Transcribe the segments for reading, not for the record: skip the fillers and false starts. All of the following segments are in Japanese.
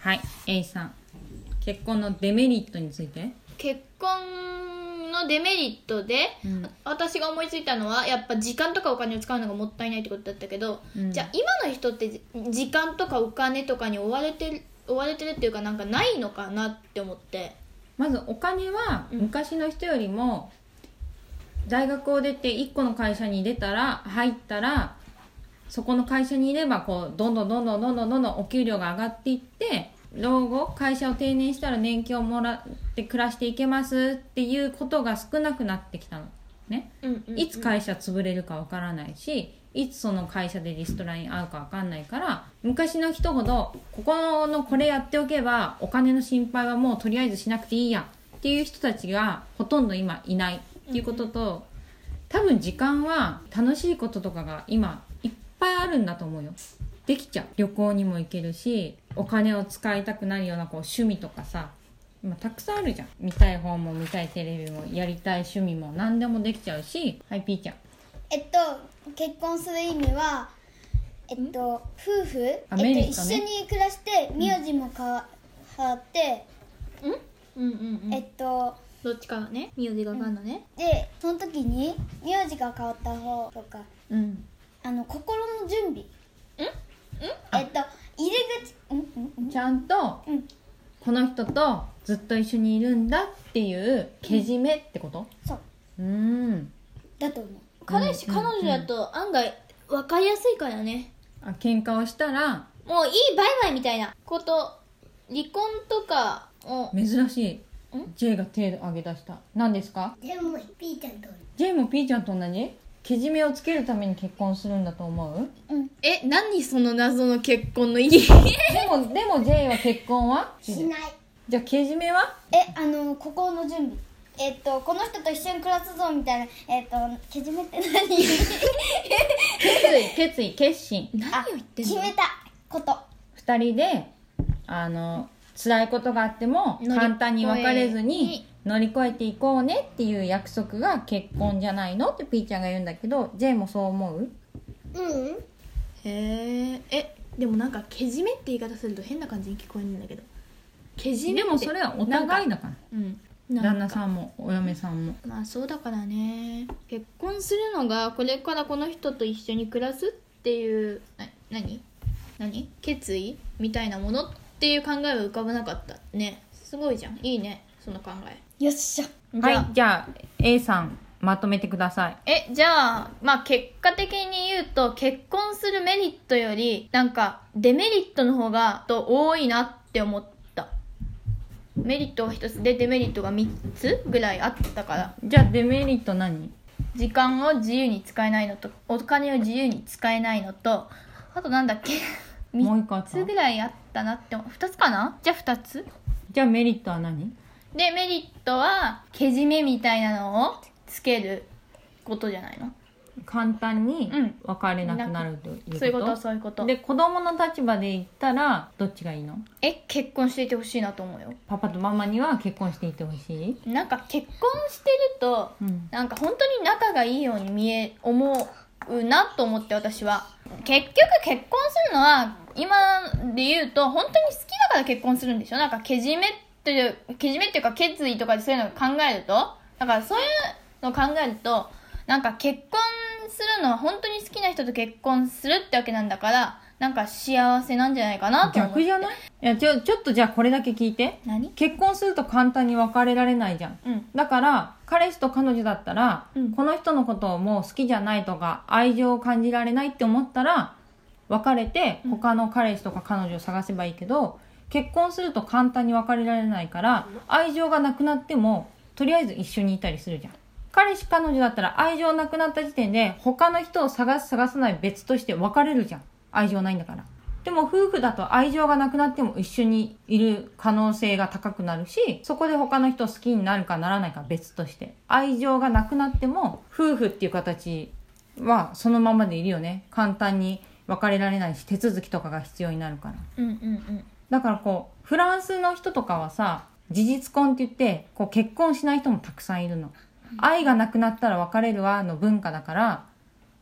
はい、A さん、結婚のデメリットについて。 結婚のデメリットで、私が思いついたのはやっぱ時間とかお金を使うのがもったいないってことだったけど、じゃあ今の人って時間とかお金とかに追われてるっていうか、なんかないのかなって思って。 まずお金は昔の人よりも、大学を出て1個の会社に入ったらそこの会社にいればこうどんどんお給料が上がっていって、老後会社を定年したら年金をもらって暮らしていけますっていうことが少なくなってきたのね、いつ会社潰れるかわからないし、いつその会社でリストラに遭うかわかんないから、昔の人ほどここのこれやっておけばお金の心配はもうとりあえずしなくていいやっていう人たちがほとんど今いないっていうことと、多分時間は楽しいこととかが今いっぱいあるんだと思うよ。できちゃう。旅行にも行けるし、お金を使いたくなるようなこう趣味とかさ、今たくさんあるじゃん。見たい本も見たいテレビもやりたい趣味も何でもできちゃうし。はい、ピーちゃん。 結婚する意味は夫婦、 メリットね、 一緒に暮らして名字も変わって、 どっちかがね、名字が変わるのね、 でその時に名字が変わった方とか、心の準備、入り口、 ちゃんと、この人とずっと一緒にいるんだっていうけじめってこと、 そうだと思う。 彼氏、彼女だと案外分かりやすいからね。 喧嘩をしたらもういいバイバイみたいなこと。離婚とかを。 珍しい。J が手を挙げ出した。何ですか？ J も P ちゃんと J も P ちゃんと同じ？けじめをつけるために結婚するんだと思う？ 何その謎の結婚の意義でも J は結婚はしない。 じゃあけじめは？ 心の準備。この人と一緒に暮らすぞみたいな、けじめって何？ 決心。 何を言ってんの？ 決めたこと。 2人で辛いことがあっても簡単に別れずに乗り越えていこうねっていう約束が結婚じゃないのってピーちゃんが言うんだけど、 J もそう思う？ でもなんかけじめって言い方すると変な感じに聞こえるんだけど、けじめってでもそれはお互いだから、旦那さんもお嫁さんも。 まあそうだからね。結婚するのがこれからこの人と一緒に暮らすっていう何決意みたいなものっていう考えは浮かばなかったね。すごいじゃん。いいね、その考え。 よっしゃ。 はい、じゃあ A さんまとめてください。 じゃあ結果的に言うと、結婚するメリットよりなんかデメリットの方が多いなって思った。メリットが1つでデメリットが3つぐらいあったから。 じゃあデメリット何？ 時間を自由に使えないのと、お金を自由に使えないのと、あとなんだっけもう一個あった？ 3つぐらいあったなって。2つかな？じゃあ2つ。 じゃあメリットは何？ でメリットはけじめみたいなのをつけることじゃないの？ 簡単に別れなくなるということ？ そういうことで、子供の立場で言ったらどっちがいいの？ 結婚していてほしいなと思うよ。 パパとママには結婚していてほしい？ なんか結婚してると、なんか本当に仲がいいように思うなと思って、私は。結局結婚するのは今で言うと本当に好きだから結婚するんでしょ。なんかけじめっていうか決意とかでそういうのを考えると、だからそういうのを考えると、なんか結婚するのは本当に好きな人と結婚するってわけなんだから、なんか幸せなんじゃないかなと思って。 逆じゃない？いや、ちょっとじゃあこれだけ聞いて。 何？ 結婚すると簡単に別れられないじゃん。だから彼氏と彼女だったら、この人のことをもう好きじゃないとか愛情を感じられないって思ったら別れて他の彼氏とか彼女を探せばいいけど、結婚すると簡単に別れられないから、愛情がなくなってもとりあえず一緒にいたりするじゃん。彼氏彼女だったら愛情なくなった時点で他の人を探さない別として別れるじゃん。愛情ないんだから。でも夫婦だと愛情がなくなっても一緒にいる可能性が高くなるし、そこで他の人を好きになるかならないか別として、愛情がなくなっても夫婦っていう形はそのままでいるよね。簡単に別れられないし、手続きとかが必要になるから。だからフランスの人とかはさ、事実婚って言って結婚しない人もたくさんいるの。愛がなくなったら別れるわの文化だから、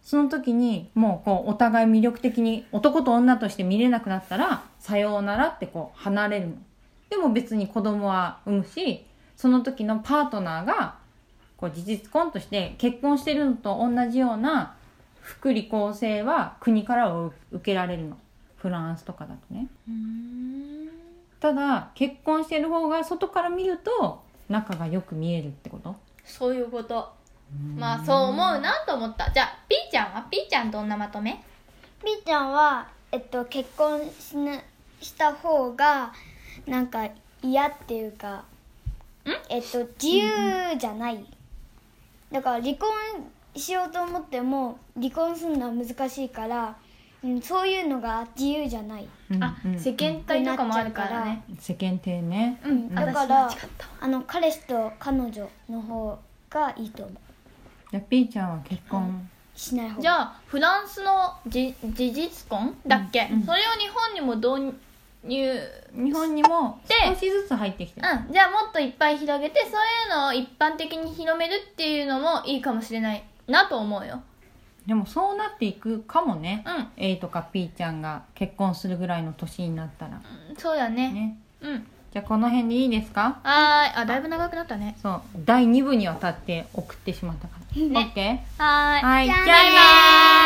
その時にもうこうお互い魅力的に男と女として見れなくなったらさようならってこう離れるの。でも別に子供は産むし、その時のパートナーがこう事実婚として結婚してるのと同じような福利厚生は国からは受けられるの。フランスとかだとね。ただ結婚してる方が外から見ると仲がよく見えるってこと？ そういうこと。まあそう思うなと思った。じゃあ P ちゃんは？ P ちゃんどんなまとめ？ P ちゃんは、結婚した方がなんか嫌っていうか、自由じゃない。だから離婚しようと思っても離婚するのは難しいから、そういうのが自由じゃない。 世間体とかもあるからね。 世間体ね。 だから彼氏と彼女の方がいいと思う。 じゃあ P ちゃんは結婚しない方が。 じゃあフランスの事実婚だっけ、それを日本にも導入、 日本にも少しずつ入ってきてる。 じゃあもっといっぱい広げて、そういうのを一般的に広めるっていうのもいいかもしれないなと思うよ。 でもそうなっていくかもね。A とか P ちゃんが結婚するぐらいの年になったら。 そうだね。 じゃあこの辺でいいですか？ だいぶ長くなったね。 そう、第2部にわたって送ってしまったから。 ね。 OK？ はい。 じゃあねー。